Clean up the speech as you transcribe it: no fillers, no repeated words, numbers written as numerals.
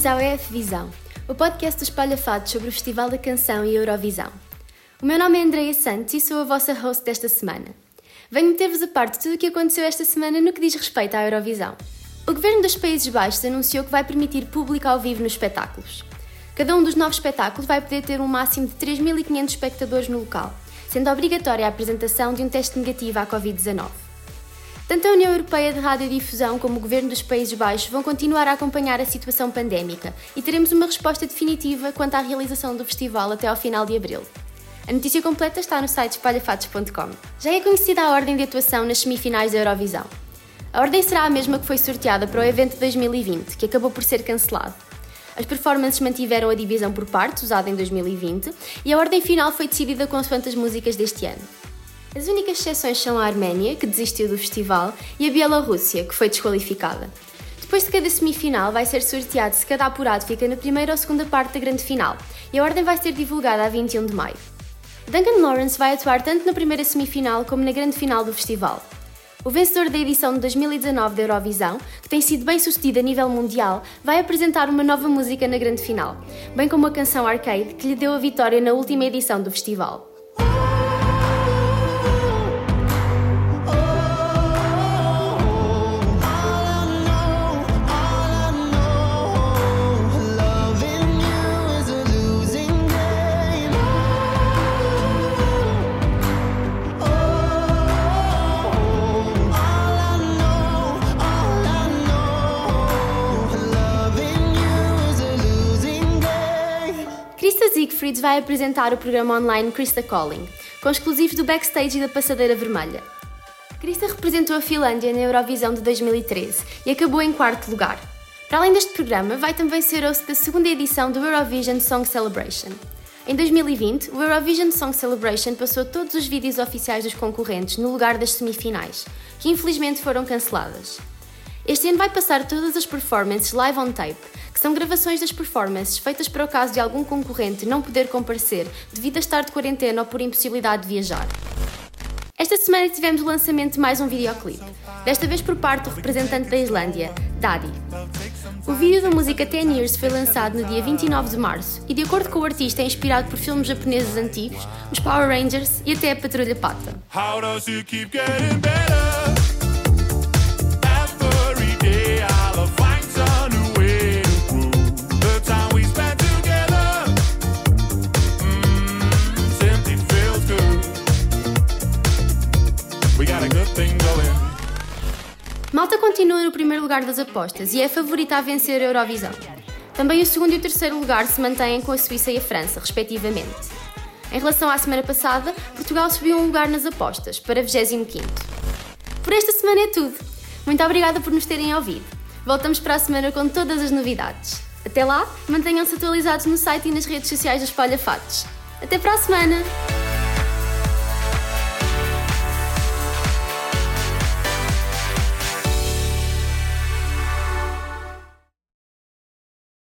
Bem-vindos ao EF Visão, o podcast do Espalha Fatos sobre o Festival da Canção e a Eurovisão. O meu nome é Andreia Santos e sou a vossa host desta semana. Venho meter-vos a par de tudo o que aconteceu esta semana no que diz respeito à Eurovisão. O Governo dos Países Baixos anunciou que vai permitir público ao vivo nos espetáculos. Cada um dos novos espetáculos vai poder ter um máximo de 3.500 espectadores no local, sendo obrigatória a apresentação de um teste negativo à Covid-19. Tanto a União Europeia de Radiodifusão como o Governo dos Países Baixos vão continuar a acompanhar a situação pandémica e teremos uma resposta definitiva quanto à realização do festival até ao final de abril. A notícia completa está no site espalhafatos.com. Já é conhecida a ordem de atuação nas semifinais da Eurovisão. A ordem será a mesma que foi sorteada para o evento de 2020, que acabou por ser cancelado. As performances mantiveram a divisão por partes, usada em 2020, e a ordem final foi decidida consoante as músicas deste ano. As únicas exceções são a Arménia, que desistiu do festival, e a Bielorrússia, que foi desqualificada. Depois de cada semifinal, vai ser sorteado se cada apurado fica na primeira ou segunda parte da grande final, e a ordem vai ser divulgada a 21 de maio. Duncan Lawrence vai atuar tanto na primeira semifinal como na grande final do festival. O vencedor da edição de 2019 da Eurovisão, que tem sido bem sucedido a nível mundial, vai apresentar uma nova música na grande final, bem como a canção Arcade, que lhe deu a vitória na última edição do festival. Krista Siegfried vai apresentar o programa online Krista Calling, com exclusivos do backstage e da passadeira vermelha. Krista representou a Finlândia na Eurovisão de 2013 e acabou em quarto lugar. Para além deste programa, vai também ser host da segunda edição do Eurovision Song Celebration. Em 2020, o Eurovision Song Celebration passou todos os vídeos oficiais dos concorrentes no lugar das semifinais, que infelizmente foram canceladas. Este ano vai passar todas as performances live on tape, que são gravações das performances feitas para o caso de algum concorrente não poder comparecer devido a estar de quarentena ou por impossibilidade de viajar. Esta semana tivemos o lançamento de mais um videoclipe, desta vez por parte do representante da Islândia, Daddy. O vídeo da música 10 Years foi lançado no dia 29 de março e, de acordo com o artista, é inspirado por filmes japoneses antigos, os Power Rangers e até a Patrulha Pata. Malta continua no primeiro lugar das apostas e é a favorita a vencer a Eurovisão. Também o segundo e o terceiro lugar se mantêm com a Suíça e a França, respectivamente. Em relação à semana passada, Portugal subiu um lugar nas apostas, para 25º. Por esta semana é tudo. Muito obrigada por nos terem ouvido. Voltamos para a semana com todas as novidades. Até lá, mantenham-se atualizados no site e nas redes sociais do Espalha Fatos. Até para a semana!